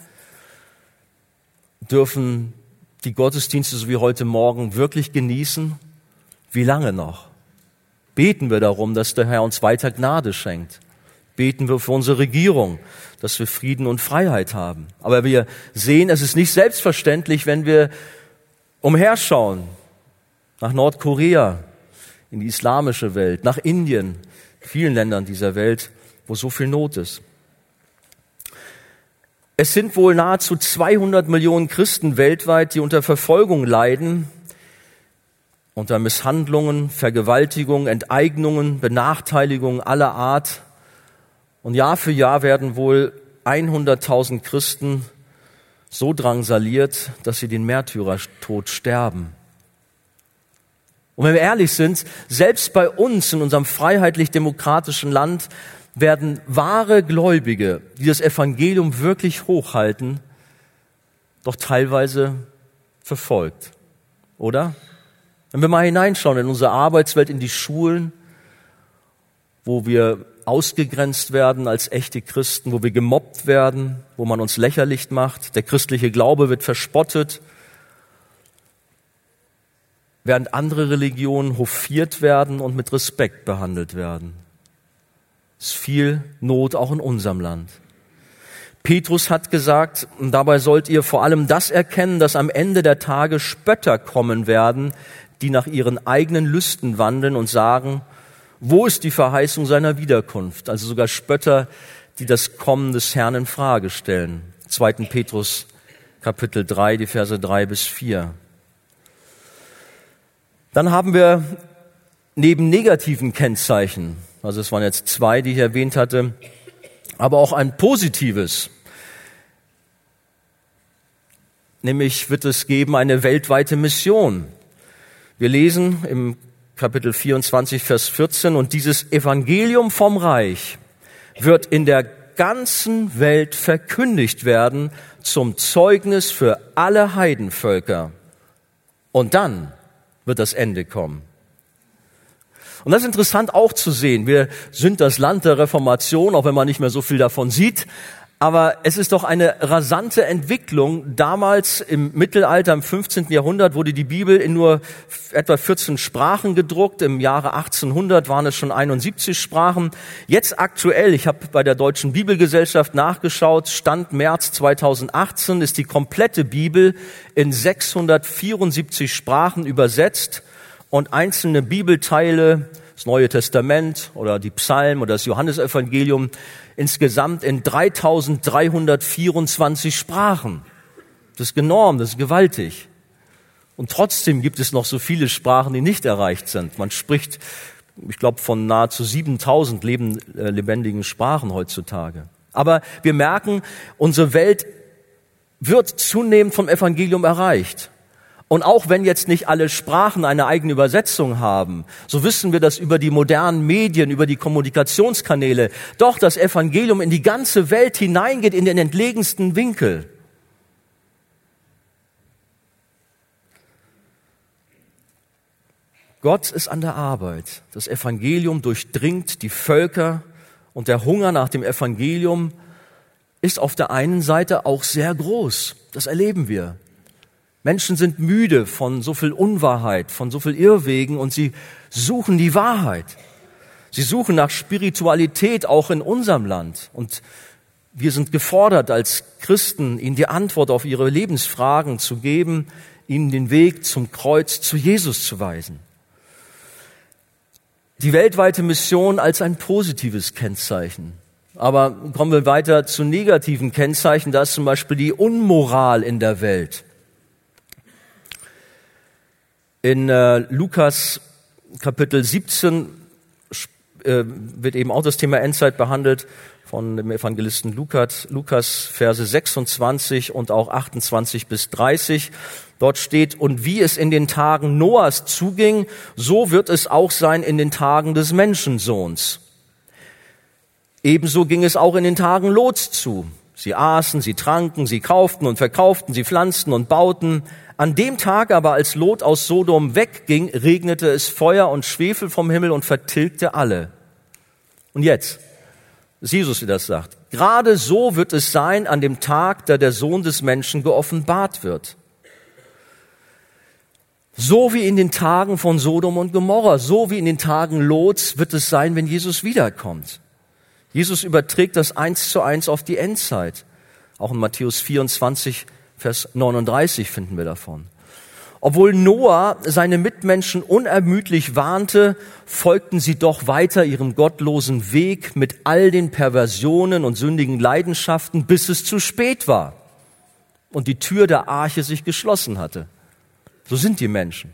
dürfen die Gottesdienste, so wie heute Morgen, wirklich genießen. Wie lange noch? Beten wir darum, dass der Herr uns weiter Gnade schenkt. Beten wir für unsere Regierung, dass wir Frieden und Freiheit haben. Aber wir sehen, es ist nicht selbstverständlich, wenn wir umherschauen nach Nordkorea, in die islamische Welt, nach Indien, vielen Ländern dieser Welt, wo so viel Not ist. Es sind wohl nahezu 200 Millionen Christen weltweit, die unter Verfolgung leiden, unter Misshandlungen, Vergewaltigungen, Enteignungen, Benachteiligungen aller Art. Und Jahr für Jahr werden wohl 100.000 Christen so drangsaliert, dass sie den Märtyrertod sterben. Und wenn wir ehrlich sind, selbst bei uns in unserem freiheitlich-demokratischen Land werden wahre Gläubige, die das Evangelium wirklich hochhalten, doch teilweise verfolgt, oder? Wenn wir mal hineinschauen in unsere Arbeitswelt, in die Schulen, wo wir ausgegrenzt werden als echte Christen, wo wir gemobbt werden, wo man uns lächerlich macht, der christliche Glaube wird verspottet, während andere Religionen hofiert werden und mit Respekt behandelt werden. Es ist viel Not auch in unserem Land. Petrus hat gesagt, und dabei sollt ihr vor allem das erkennen, dass am Ende der Tage Spötter kommen werden, die nach ihren eigenen Lüsten wandeln und sagen, wo ist die Verheißung seiner Wiederkunft? Also sogar Spötter, die das Kommen des Herrn in Frage stellen. 2. Petrus Kapitel 3, die Verse 3 bis 4. Dann haben wir neben negativen Kennzeichen, also es waren jetzt 2, die ich erwähnt hatte, aber auch ein positives. Nämlich wird es geben eine weltweite Mission. Wir lesen im Kapitel 24, Vers 14, und dieses Evangelium vom Reich wird in der ganzen Welt verkündigt werden zum Zeugnis für alle Heidenvölker. Und dann wird das Ende kommen. Und das ist interessant auch zu sehen. Wir sind das Land der Reformation, auch wenn man nicht mehr so viel davon sieht. Aber es ist doch eine rasante Entwicklung. Damals im Mittelalter, im 15. Jahrhundert, wurde die Bibel in nur etwa 14 Sprachen gedruckt. Im Jahre 1800 waren es schon 71 Sprachen. Jetzt aktuell, ich habe bei der Deutschen Bibelgesellschaft nachgeschaut, Stand März 2018 ist die komplette Bibel in 674 Sprachen übersetzt. Und einzelne Bibelteile, das Neue Testament oder die Psalmen oder das Johannesevangelium, insgesamt in 3324 Sprachen. Das ist enorm, das ist gewaltig. Und trotzdem gibt es noch so viele Sprachen, die nicht erreicht sind. Man spricht, ich glaube, von nahezu 7000 lebendigen Sprachen heutzutage. Aber wir merken, unsere Welt wird zunehmend vom Evangelium erreicht. Und auch wenn jetzt nicht alle Sprachen eine eigene Übersetzung haben, so wissen wir, dass über die modernen Medien, über die Kommunikationskanäle doch das Evangelium in die ganze Welt hineingeht, in den entlegensten Winkel. Gott ist an der Arbeit. Das Evangelium durchdringt die Völker und der Hunger nach dem Evangelium ist auf der einen Seite auch sehr groß. Das erleben wir. Menschen sind müde von so viel Unwahrheit, von so viel Irrwegen und sie suchen die Wahrheit. Sie suchen nach Spiritualität auch in unserem Land. Und wir sind gefordert als Christen, ihnen die Antwort auf ihre Lebensfragen zu geben, ihnen den Weg zum Kreuz, zu Jesus zu weisen. Die weltweite Mission als ein positives Kennzeichen. Aber kommen wir weiter zu negativen Kennzeichen. Da ist zum Beispiel die Unmoral in der Welt. In Lukas Kapitel 17 wird eben auch das Thema Endzeit behandelt von dem Evangelisten Lukas, Verse 26 und auch 28 bis 30. Dort steht, und wie es in den Tagen Noahs zuging, so wird es auch sein in den Tagen des Menschensohns. Ebenso ging es auch in den Tagen Lots zu. Sie aßen, sie tranken, sie kauften und verkauften, sie pflanzten und bauten. An dem Tag aber, als Lot aus Sodom wegging, regnete es Feuer und Schwefel vom Himmel und vertilgte alle. Und jetzt, dass Jesus wieder das sagt, gerade so wird es sein an dem Tag, da der Sohn des Menschen geoffenbart wird. So wie in den Tagen von Sodom und Gomorra, so wie in den Tagen Lots wird es sein, wenn Jesus wiederkommt. Jesus überträgt das 1:1 auf die Endzeit. Auch in Matthäus 24, Vers 39 finden wir davon. Obwohl Noah seine Mitmenschen unermüdlich warnte, folgten sie doch weiter ihrem gottlosen Weg mit all den Perversionen und sündigen Leidenschaften, bis es zu spät war und die Tür der Arche sich geschlossen hatte. So sind die Menschen.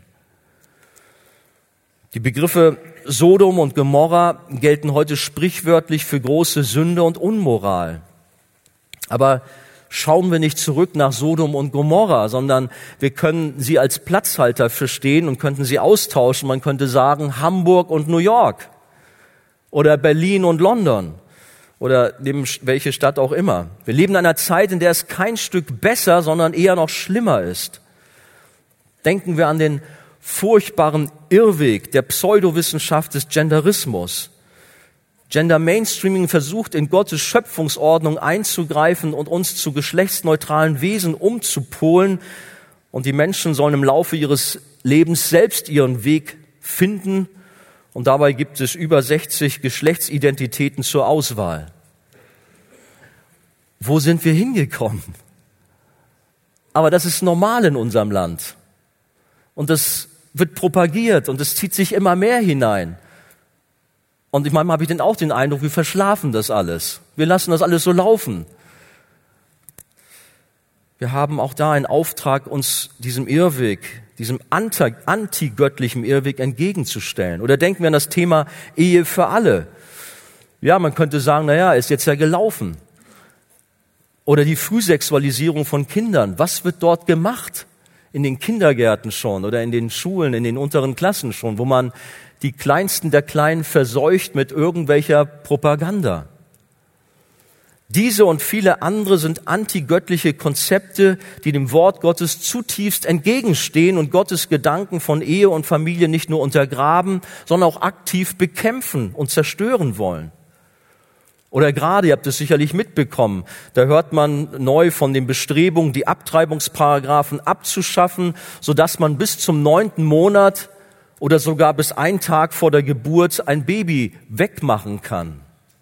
Die Begriffe Sodom und Gomorra gelten heute sprichwörtlich für große Sünde und Unmoral. Aber schauen wir nicht zurück nach Sodom und Gomorra, sondern wir können sie als Platzhalter verstehen und könnten sie austauschen. Man könnte sagen Hamburg und New York oder Berlin und London oder welche Stadt auch immer. Wir leben in einer Zeit, in der es kein Stück besser, sondern eher noch schlimmer ist. Denken wir an den furchtbaren Irrweg der Pseudowissenschaft des Genderismus. Gender Mainstreaming versucht, in Gottes Schöpfungsordnung einzugreifen und uns zu geschlechtsneutralen Wesen umzupolen. Und die Menschen sollen im Laufe ihres Lebens selbst ihren Weg finden. Und dabei gibt es über 60 Geschlechtsidentitäten zur Auswahl. Wo sind wir hingekommen? Aber das ist normal in unserem Land. Und das wird propagiert und es zieht sich immer mehr hinein. Und manchmal habe ich auch den Eindruck, wir verschlafen das alles. Wir lassen das alles so laufen. Wir haben auch da einen Auftrag, uns diesem Irrweg, diesem antigöttlichen Irrweg entgegenzustellen. Oder denken wir an das Thema Ehe für alle. Ja, man könnte sagen, ist jetzt ja gelaufen. Oder die Frühsexualisierung von Kindern. Was wird dort gemacht? In den Kindergärten schon oder in den Schulen, in den unteren Klassen schon, wo man die Kleinsten der Kleinen verseucht mit irgendwelcher Propaganda. Diese und viele andere sind antigöttliche Konzepte, die dem Wort Gottes zutiefst entgegenstehen und Gottes Gedanken von Ehe und Familie nicht nur untergraben, sondern auch aktiv bekämpfen und zerstören wollen. Oder gerade, ihr habt es sicherlich mitbekommen, da hört man neu von den Bestrebungen, die Abtreibungsparagraphen abzuschaffen, sodass man bis zum 9. Monat oder sogar bis einen Tag vor der Geburt ein Baby wegmachen kann.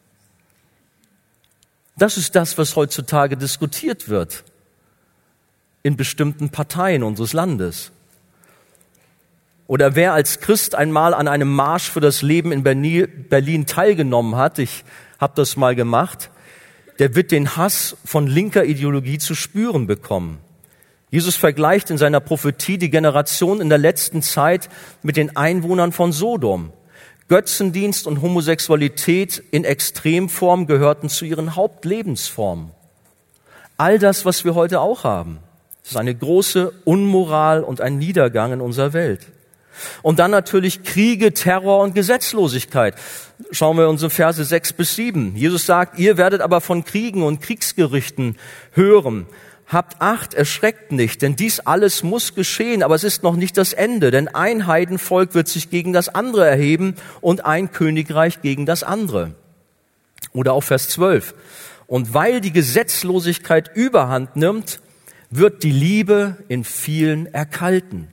Das ist das, was heutzutage diskutiert wird in bestimmten Parteien unseres Landes. Oder wer als Christ einmal an einem Marsch für das Leben in Berlin teilgenommen hat, ich habe das mal gemacht, der wird den Hass von linker Ideologie zu spüren bekommen. Jesus vergleicht in seiner Prophetie die Generation in der letzten Zeit mit den Einwohnern von Sodom. Götzendienst und Homosexualität in Extremform gehörten zu ihren Hauptlebensformen. All das, was wir heute auch haben. Es ist eine große Unmoral und ein Niedergang in unserer Welt. Und dann natürlich Kriege, Terror und Gesetzlosigkeit. Schauen wir unsere Verse 6 bis 7. Jesus sagt, ihr werdet aber von Kriegen und Kriegsgerichten hören. Habt Acht, erschreckt nicht, denn dies alles muss geschehen, aber es ist noch nicht das Ende, denn ein Heidenvolk wird sich gegen das andere erheben und ein Königreich gegen das andere. Oder auch Vers 12. Und weil die Gesetzlosigkeit überhand nimmt, wird die Liebe in vielen erkalten.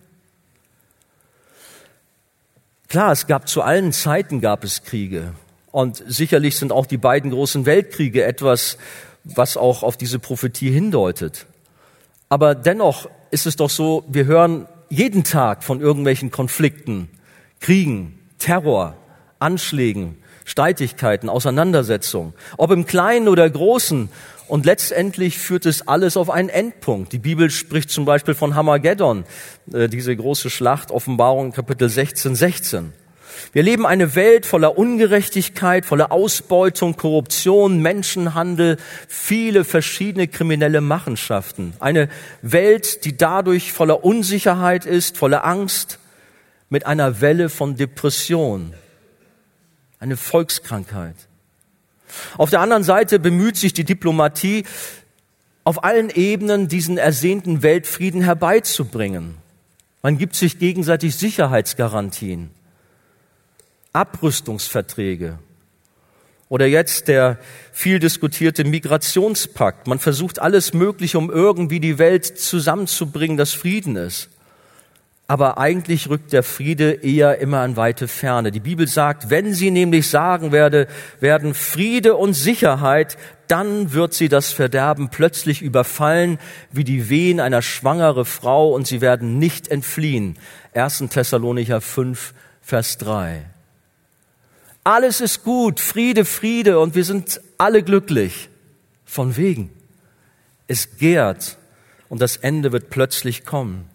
Klar, zu allen Zeiten gab es Kriege. Und sicherlich sind auch die beiden großen Weltkriege etwas, was auch auf diese Prophetie hindeutet. Aber dennoch ist es doch so, wir hören jeden Tag von irgendwelchen Konflikten, Kriegen, Terror, Anschlägen, Streitigkeiten, Auseinandersetzungen, ob im Kleinen oder Großen. Und letztendlich führt es alles auf einen Endpunkt. Die Bibel spricht zum Beispiel von Armageddon, diese große Schlacht, Offenbarung Kapitel 16. Wir leben eine Welt voller Ungerechtigkeit, voller Ausbeutung, Korruption, Menschenhandel, viele verschiedene kriminelle Machenschaften. Eine Welt, die dadurch voller Unsicherheit ist, voller Angst, mit einer Welle von Depression. Eine Volkskrankheit. Auf der anderen Seite bemüht sich die Diplomatie, auf allen Ebenen diesen ersehnten Weltfrieden herbeizubringen. Man gibt sich gegenseitig Sicherheitsgarantien, Abrüstungsverträge oder jetzt der viel diskutierte Migrationspakt. Man versucht alles Mögliche, um irgendwie die Welt zusammenzubringen, dass Frieden ist. Aber eigentlich rückt der Friede eher immer in weite Ferne. Die Bibel sagt, wenn sie nämlich sagen werden Friede und Sicherheit, dann wird sie das Verderben plötzlich überfallen, wie die Wehen einer schwangeren Frau, und sie werden nicht entfliehen. 1. Thessalonicher 5, Vers 3. Alles ist gut, Friede, Friede, und wir sind alle glücklich. Von wegen. Es gärt und das Ende wird plötzlich kommen.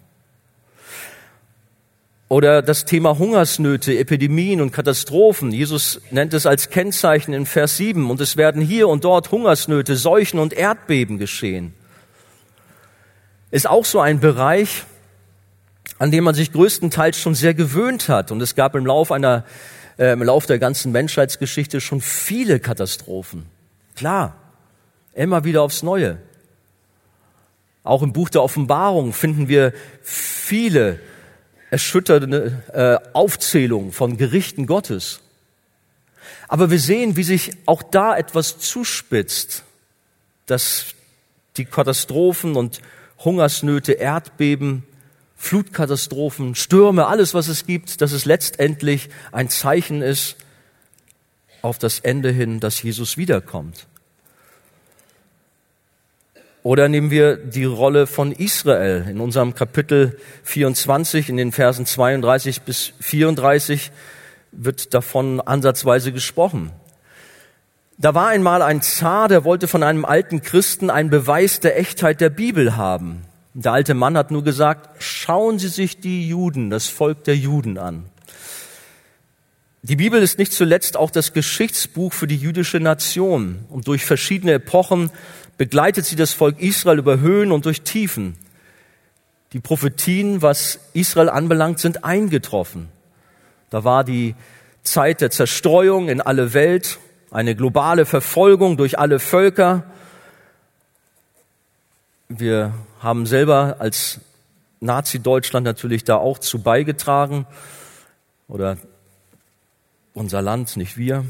Oder das Thema Hungersnöte, Epidemien und Katastrophen. Jesus nennt es als Kennzeichen in Vers 7. Und es werden hier und dort Hungersnöte, Seuchen und Erdbeben geschehen. Ist auch so ein Bereich, an dem man sich größtenteils schon sehr gewöhnt hat. Und es gab im Lauf der ganzen Menschheitsgeschichte schon viele Katastrophen. Klar, immer wieder aufs Neue. Auch im Buch der Offenbarung finden wir viele erschütternde Aufzählung von Gerichten Gottes. Aber wir sehen, wie sich auch da etwas zuspitzt, dass die Katastrophen und Hungersnöte, Erdbeben, Flutkatastrophen, Stürme, alles was es gibt, dass es letztendlich ein Zeichen ist auf das Ende hin, dass Jesus wiederkommt. Oder nehmen wir die Rolle von Israel. In unserem Kapitel 24, in den Versen 32 bis 34, wird davon ansatzweise gesprochen. Da war einmal ein Zar, der wollte von einem alten Christen einen Beweis der Echtheit der Bibel haben. Der alte Mann hat nur gesagt, schauen Sie sich die Juden, das Volk der Juden an. Die Bibel ist nicht zuletzt auch das Geschichtsbuch für die jüdische Nation. Und durch verschiedene Epochen begleitet sie das Volk Israel über Höhen und durch Tiefen. Die Prophetien, was Israel anbelangt, sind eingetroffen. Da war die Zeit der Zerstreuung in alle Welt, eine globale Verfolgung durch alle Völker. Wir haben selber als Nazi-Deutschland natürlich da auch zu beigetragen. Oder unser Land, nicht wir.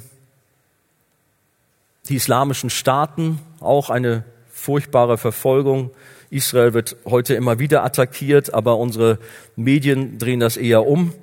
Die islamischen Staaten, auch eine furchtbare Verfolgung. Israel wird heute immer wieder attackiert, aber unsere Medien drehen das eher um.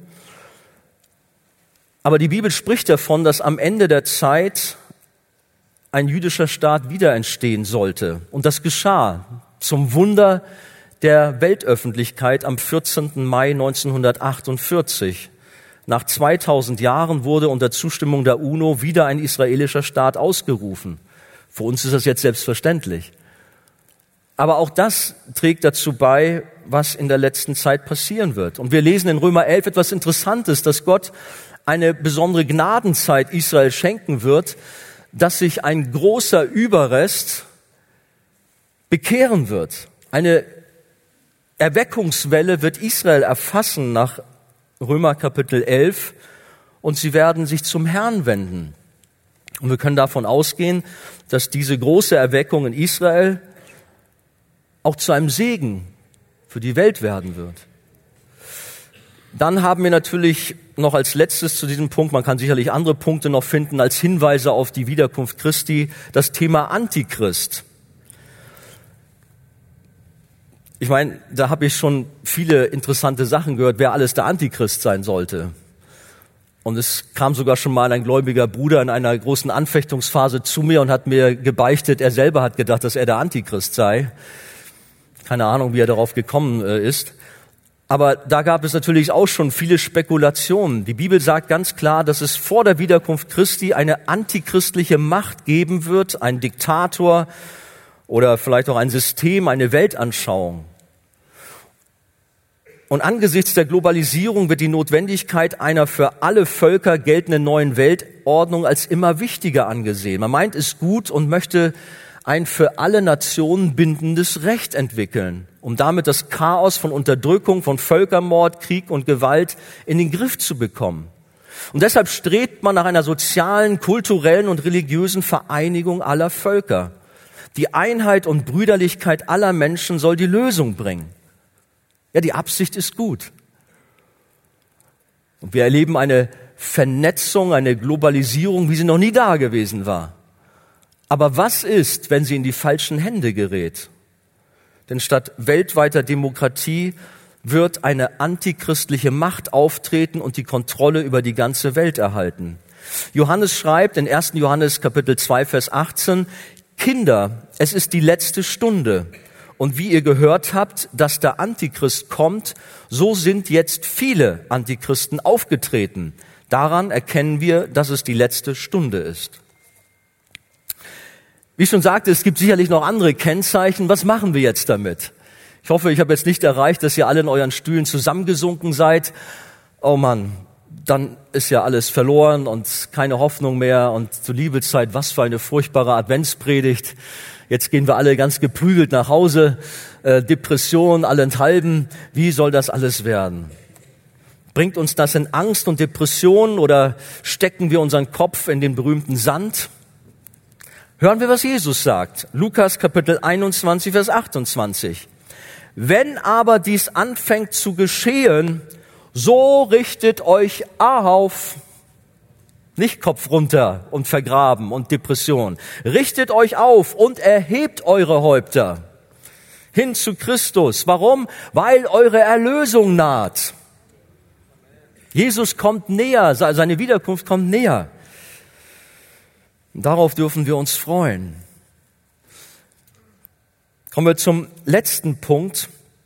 Aber die Bibel spricht davon, dass am Ende der Zeit ein jüdischer Staat wieder entstehen sollte. Und das geschah zum Wunder der Weltöffentlichkeit am 14. Mai 1948. Nach 2000 Jahren wurde unter Zustimmung der UNO wieder ein israelischer Staat ausgerufen. Für uns ist das jetzt selbstverständlich. Aber auch das trägt dazu bei, was in der letzten Zeit passieren wird. Und wir lesen in Römer 11 etwas Interessantes, dass Gott eine besondere Gnadenzeit Israel schenken wird, dass sich ein großer Überrest bekehren wird. Eine Erweckungswelle wird Israel erfassen nach Römer Kapitel 11 und sie werden sich zum Herrn wenden. Und wir können davon ausgehen, dass diese große Erweckung in Israel auch zu einem Segen für die Welt werden wird. Dann haben wir natürlich noch als letztes zu diesem Punkt, man kann sicherlich andere Punkte noch finden, als Hinweise auf die Wiederkunft Christi, das Thema Antichrist. Ich meine, da habe ich schon viele interessante Sachen gehört, wer alles der Antichrist sein sollte. Und es kam sogar schon mal ein gläubiger Bruder in einer großen Anfechtungsphase zu mir und hat mir gebeichtet, er selber hat gedacht, dass er der Antichrist sei. Keine Ahnung, wie er darauf gekommen ist. Aber da gab es natürlich auch schon viele Spekulationen. Die Bibel sagt ganz klar, dass es vor der Wiederkunft Christi eine antichristliche Macht geben wird, ein Diktator oder vielleicht auch ein System, eine Weltanschauung. Und angesichts der Globalisierung wird die Notwendigkeit einer für alle Völker geltenden neuen Weltordnung als immer wichtiger angesehen. Man meint es gut und möchte ein für alle Nationen bindendes Recht entwickeln, um damit das Chaos von Unterdrückung, von Völkermord, Krieg und Gewalt in den Griff zu bekommen. Und deshalb strebt man nach einer sozialen, kulturellen und religiösen Vereinigung aller Völker. Die Einheit und Brüderlichkeit aller Menschen soll die Lösung bringen. Ja, die Absicht ist gut. Und wir erleben eine Vernetzung, eine Globalisierung, wie sie noch nie da gewesen war. Aber was ist, wenn sie in die falschen Hände gerät? Denn statt weltweiter Demokratie wird eine antichristliche Macht auftreten und die Kontrolle über die ganze Welt erhalten. Johannes schreibt in 1. Johannes Kapitel 2, Vers 18, Kinder, es ist die letzte Stunde. Und wie ihr gehört habt, dass der Antichrist kommt, so sind jetzt viele Antichristen aufgetreten. Daran erkennen wir, dass es die letzte Stunde ist. Wie ich schon sagte, es gibt sicherlich noch andere Kennzeichen. Was machen wir jetzt damit? Ich hoffe, ich habe jetzt nicht erreicht, dass ihr alle in euren Stühlen zusammengesunken seid. Oh Mann, dann ist ja alles verloren und keine Hoffnung mehr. Und zur Liebeszeit, was für eine furchtbare Adventspredigt. Jetzt gehen wir alle ganz geprügelt nach Hause. Depression, allenthalben. Wie soll das alles werden? Bringt uns das in Angst und Depression oder stecken wir unseren Kopf in den berühmten Sand? Hören wir, was Jesus sagt. Lukas Kapitel 21, Vers 28. Wenn aber dies anfängt zu geschehen, so richtet euch auf, nicht Kopf runter und vergraben und Depression. Richtet euch auf und erhebt eure Häupter hin zu Christus. Warum? Weil eure Erlösung naht. Jesus kommt näher, seine Wiederkunft kommt näher. Darauf dürfen wir uns freuen. Kommen wir zum letzten Punkt.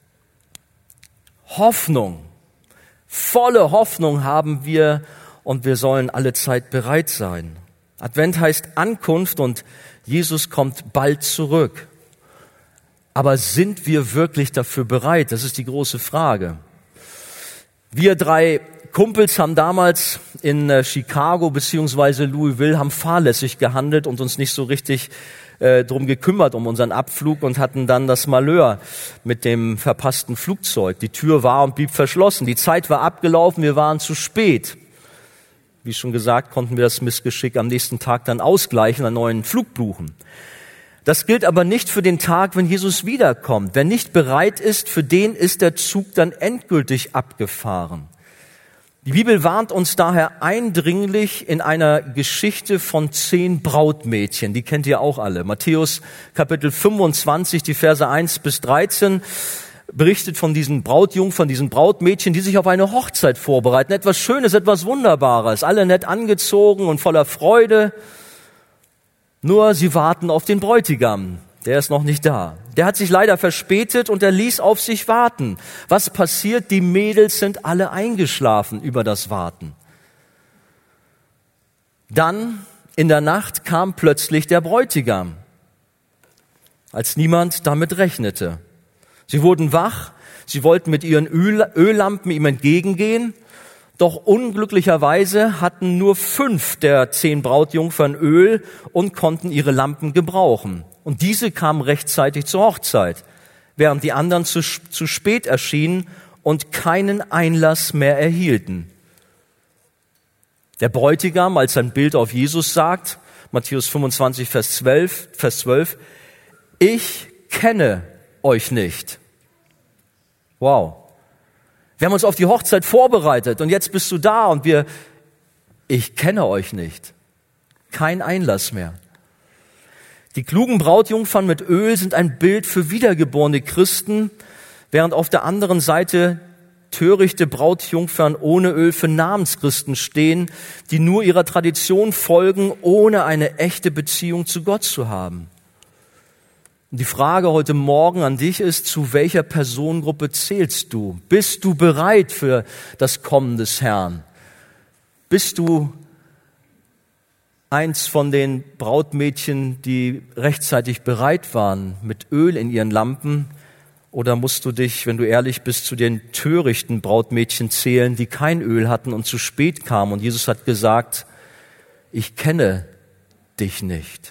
Hoffnung. Volle Hoffnung haben wir und wir sollen alle Zeit bereit sein. Advent heißt Ankunft und Jesus kommt bald zurück. Aber sind wir wirklich dafür bereit? Das ist die große Frage. Wir 3 Kumpels haben damals in Chicago beziehungsweise Louisville haben fahrlässig gehandelt und uns nicht so richtig drum gekümmert um unseren Abflug und hatten dann das Malheur mit dem verpassten Flugzeug. Die Tür war und blieb verschlossen. Die Zeit war abgelaufen, wir waren zu spät. Wie schon gesagt, konnten wir das Missgeschick am nächsten Tag dann ausgleichen, einen neuen Flug buchen. Das gilt aber nicht für den Tag, wenn Jesus wiederkommt. Wer nicht bereit ist, für den ist der Zug dann endgültig abgefahren. Die Bibel warnt uns daher eindringlich in einer Geschichte von 10 Brautmädchen. Die kennt ihr auch alle. Matthäus Kapitel 25, die Verse 1 bis 13, berichtet von diesen Brautjungfern, diesen Brautmädchen, die sich auf eine Hochzeit vorbereiten. Etwas Schönes, etwas Wunderbares. Alle nett angezogen und voller Freude. Nur sie warten auf den Bräutigam. Der ist noch nicht da. Der hat sich leider verspätet und er ließ auf sich warten. Was passiert? Die Mädels sind alle eingeschlafen über das Warten. Dann in der Nacht kam plötzlich der Bräutigam, als niemand damit rechnete. Sie wurden wach, sie wollten mit ihren Öllampen ihm entgegengehen, doch unglücklicherweise hatten nur 5 der 10 Brautjungfern Öl und konnten ihre Lampen gebrauchen. Und diese kamen rechtzeitig zur Hochzeit. während die anderen zu spät erschienen und keinen Einlass mehr erhielten. Der Bräutigam, als sein Bild auf Jesus sagt, Matthäus 25, Vers 12, ich kenne euch nicht. Wow. Wir haben uns auf die Hochzeit vorbereitet und jetzt bist du da und ich kenne euch nicht. Kein Einlass mehr. Die klugen Brautjungfern mit Öl sind ein Bild für wiedergeborene Christen, während auf der anderen Seite törichte Brautjungfern ohne Öl für Namenschristen stehen, die nur ihrer Tradition folgen, ohne eine echte Beziehung zu Gott zu haben. Und die Frage heute Morgen an dich ist, zu welcher Personengruppe zählst du? Bist du bereit für das Kommen des Herrn? Bist du eins von den Brautmädchen, die rechtzeitig bereit waren mit Öl in ihren Lampen? Oder musst du dich, wenn du ehrlich bist, zu den törichten Brautmädchen zählen, die kein Öl hatten und zu spät kamen? Und Jesus hat gesagt, ich kenne dich nicht.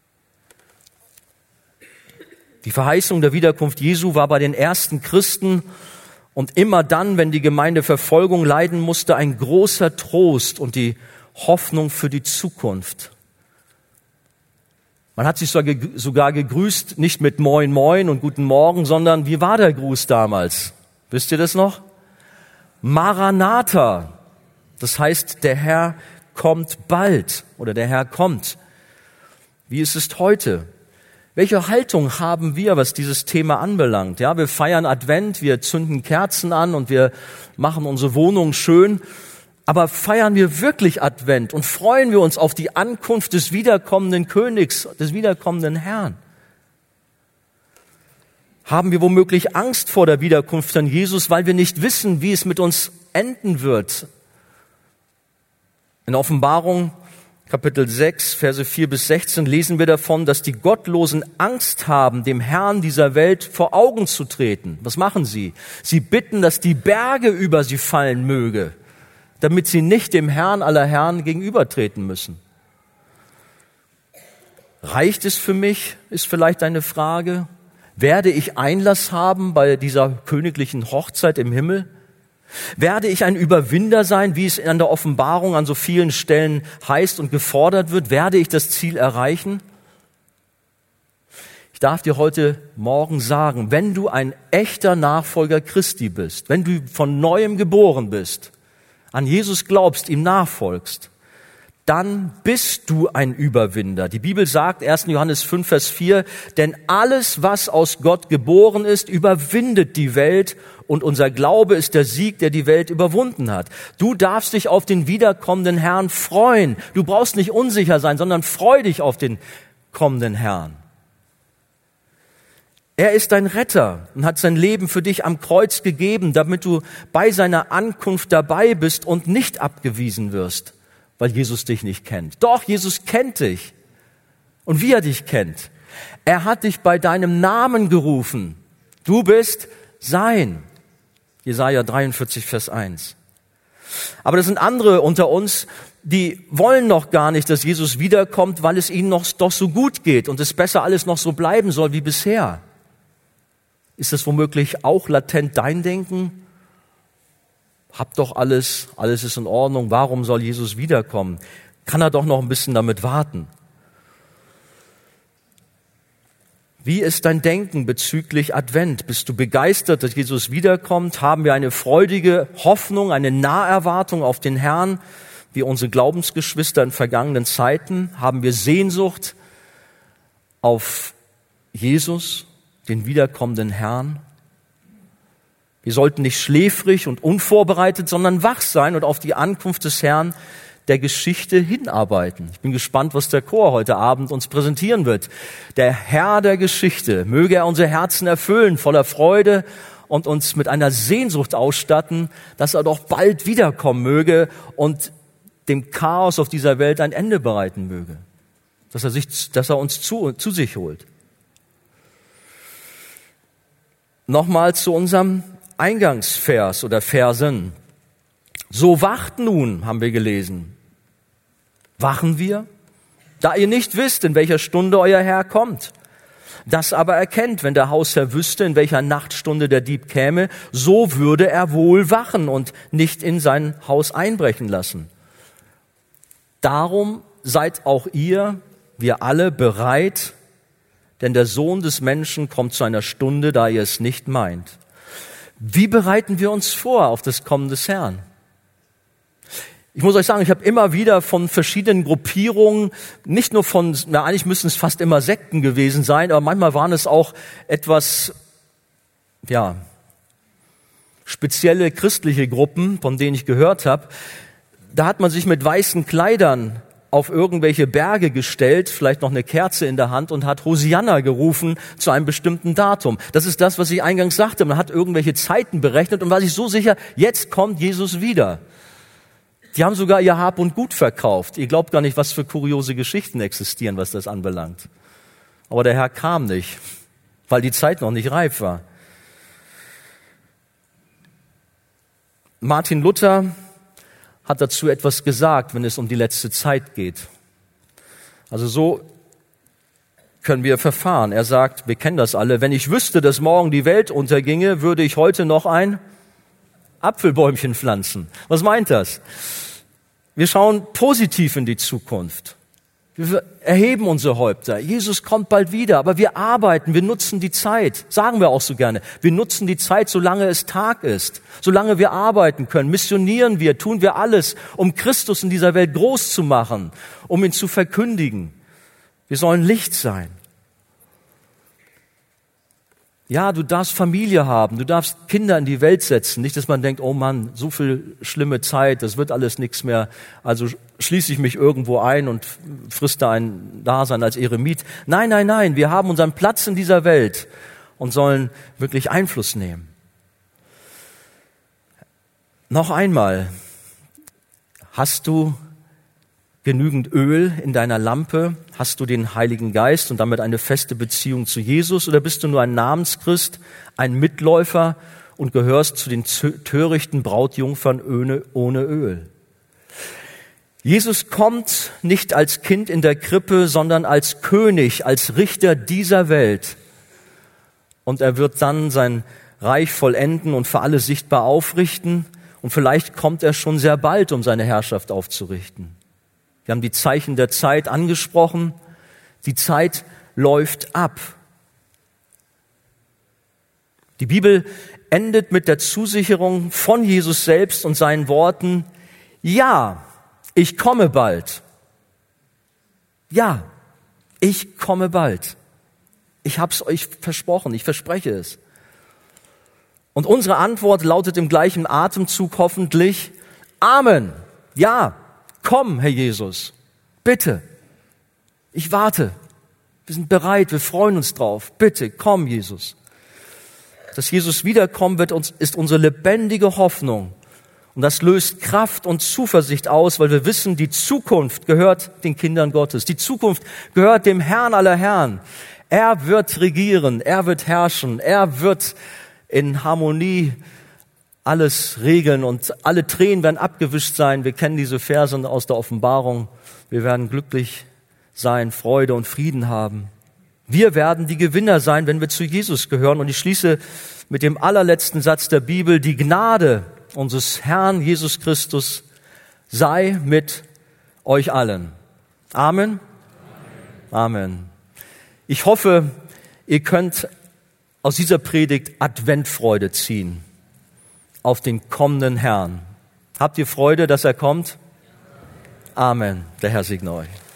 Die Verheißung der Wiederkunft Jesu war bei den ersten Christen und immer dann, wenn die Gemeinde Verfolgung leiden musste, ein großer Trost und die Hoffnung für die Zukunft. Man hat sich sogar gegrüßt, nicht mit Moin Moin und Guten Morgen, sondern wie war der Gruß damals? Wisst ihr das noch? Maranatha. Das heißt, der Herr kommt bald oder der Herr kommt. Wie ist es heute? Welche Haltung haben wir, was dieses Thema anbelangt? Ja, wir feiern Advent, wir zünden Kerzen an und wir machen unsere Wohnung schön. Aber feiern wir wirklich Advent und freuen wir uns auf die Ankunft des wiederkommenden Königs, des wiederkommenden Herrn? Haben wir womöglich Angst vor der Wiederkunft an Jesus, weil wir nicht wissen, wie es mit uns enden wird? In Offenbarung Kapitel 6, Verse 4 bis 16 lesen wir davon, dass die Gottlosen Angst haben, dem Herrn dieser Welt vor Augen zu treten. Was machen sie? Sie bitten, dass die Berge über sie fallen möge, damit sie nicht dem Herrn aller Herren gegenübertreten müssen. Reicht es für mich, ist vielleicht eine Frage. Werde ich Einlass haben bei dieser königlichen Hochzeit im Himmel? Werde ich ein Überwinder sein, wie es an der Offenbarung an so vielen Stellen heißt und gefordert wird? Werde ich das Ziel erreichen? Ich darf dir heute Morgen sagen, wenn du ein echter Nachfolger Christi bist, wenn du von Neuem geboren bist, an Jesus glaubst, ihm nachfolgst, dann bist du ein Überwinder. Die Bibel sagt, 1. Johannes 5, Vers 4, denn alles, was aus Gott geboren ist, überwindet die Welt und unser Glaube ist der Sieg, der die Welt überwunden hat. Du darfst dich auf den wiederkommenden Herrn freuen. Du brauchst nicht unsicher sein, sondern freu dich auf den kommenden Herrn. Er ist dein Retter und hat sein Leben für dich am Kreuz gegeben, damit du bei seiner Ankunft dabei bist und nicht abgewiesen wirst, weil Jesus dich nicht kennt. Doch, Jesus kennt dich. Und wie er dich kennt. Er hat dich bei deinem Namen gerufen. Du bist sein. Jesaja 43, Vers 1. Aber das sind andere unter uns, die wollen noch gar nicht, dass Jesus wiederkommt, weil es ihnen doch so gut geht und es besser alles noch so bleiben soll wie bisher. Ist das womöglich auch latent dein Denken? Hab doch alles ist in Ordnung, warum soll Jesus wiederkommen? Kann er doch noch ein bisschen damit warten? Wie ist dein Denken bezüglich Advent? Bist du begeistert, dass Jesus wiederkommt? Haben wir eine freudige Hoffnung, eine Naherwartung auf den Herrn, wie unsere Glaubensgeschwister in vergangenen Zeiten? Haben wir Sehnsucht auf Jesus, den wiederkommenden Herrn? Wir sollten nicht schläfrig und unvorbereitet, sondern wach sein und auf die Ankunft des Herrn der Geschichte hinarbeiten. Ich bin gespannt, was der Chor heute Abend uns präsentieren wird. Der Herr der Geschichte, möge er unsere Herzen erfüllen, voller Freude und uns mit einer Sehnsucht ausstatten, dass er doch bald wiederkommen möge und dem Chaos auf dieser Welt ein Ende bereiten möge. Dass er uns zu sich holt. Nochmal zu unserem Eingangsvers oder Versen. So wacht nun, haben wir gelesen. Wachen wir? Da ihr nicht wisst, in welcher Stunde euer Herr kommt. Das aber erkennt, wenn der Hausherr wüsste, in welcher Nachtstunde der Dieb käme, so würde er wohl wachen und nicht in sein Haus einbrechen lassen. Darum seid auch ihr, wir alle, bereit, denn der Sohn des Menschen kommt zu einer Stunde, da ihr es nicht meint. Wie bereiten wir uns vor auf das Kommen des Herrn? Ich muss euch sagen, ich habe immer wieder von verschiedenen Gruppierungen, nicht nur von, eigentlich müssten es fast immer Sekten gewesen sein, aber manchmal waren es auch etwas, spezielle christliche Gruppen, von denen ich gehört habe. Da hat man sich mit weißen Kleidern auf irgendwelche Berge gestellt, vielleicht noch eine Kerze in der Hand und hat Hosianna gerufen zu einem bestimmten Datum. Das ist das, was ich eingangs sagte. Man hat irgendwelche Zeiten berechnet und war sich so sicher, jetzt kommt Jesus wieder. Die haben sogar ihr Hab und Gut verkauft. Ihr glaubt gar nicht, was für kuriose Geschichten existieren, was das anbelangt. Aber der Herr kam nicht, weil die Zeit noch nicht reif war. Martin Luther hat dazu etwas gesagt, wenn es um die letzte Zeit geht. Also so können wir verfahren. Er sagt, wir kennen das alle, wenn ich wüsste, dass morgen die Welt unterginge, würde ich heute noch ein Apfelbäumchen pflanzen. Was meint das? Wir schauen positiv in die Zukunft. Wir erheben unsere Häupter. Jesus kommt bald wieder, aber wir arbeiten, wir nutzen die Zeit. Sagen wir auch so gerne. Wir nutzen die Zeit, solange es Tag ist. Solange wir arbeiten können, missionieren wir, tun wir alles, um Christus in dieser Welt groß zu machen, um ihn zu verkündigen. Wir sollen Licht sein. Ja, du darfst Familie haben, du darfst Kinder in die Welt setzen. Nicht, dass man denkt, oh Mann, so viel schlimme Zeit, das wird alles nichts mehr. Also schließe ich mich irgendwo ein und frisst da ein Dasein als Eremit. Nein, nein, nein, wir haben unseren Platz in dieser Welt und sollen wirklich Einfluss nehmen. Noch einmal, hast du genügend Öl in deiner Lampe? Hast du den Heiligen Geist und damit eine feste Beziehung zu Jesus? Oder bist du nur ein Namenschrist, ein Mitläufer und gehörst zu den törichten Brautjungfern ohne Öl? Jesus kommt nicht als Kind in der Krippe, sondern als König, als Richter dieser Welt. Und er wird dann sein Reich vollenden und für alle sichtbar aufrichten. Und vielleicht kommt er schon sehr bald, um seine Herrschaft aufzurichten. Wir haben die Zeichen der Zeit angesprochen. Die Zeit läuft ab. Die Bibel endet mit der Zusicherung von Jesus selbst und seinen Worten, ja, ich komme bald. Ja, ich komme bald. Ich habe es euch versprochen, ich verspreche es. Und unsere Antwort lautet im gleichen Atemzug hoffentlich, Amen. Ja, komm, Herr Jesus, bitte. Ich warte. Wir sind bereit, wir freuen uns drauf. Bitte, komm, Jesus. Dass Jesus wiederkommen wird, ist unsere lebendige Hoffnung. Und das löst Kraft und Zuversicht aus, weil wir wissen, die Zukunft gehört den Kindern Gottes. Die Zukunft gehört dem Herrn aller Herren. Er wird regieren, er wird herrschen, er wird in Harmonie alles regeln und alle Tränen werden abgewischt sein. Wir kennen diese Verse aus der Offenbarung. Wir werden glücklich sein, Freude und Frieden haben. Wir werden die Gewinner sein, wenn wir zu Jesus gehören. Und ich schließe mit dem allerletzten Satz der Bibel. Die Gnade unseres Herrn Jesus Christus sei mit euch allen. Amen. Amen. Ich hoffe, ihr könnt aus dieser Predigt Adventfreude ziehen auf den kommenden Herrn. Habt ihr Freude, dass er kommt? Amen. Der Herr segne euch.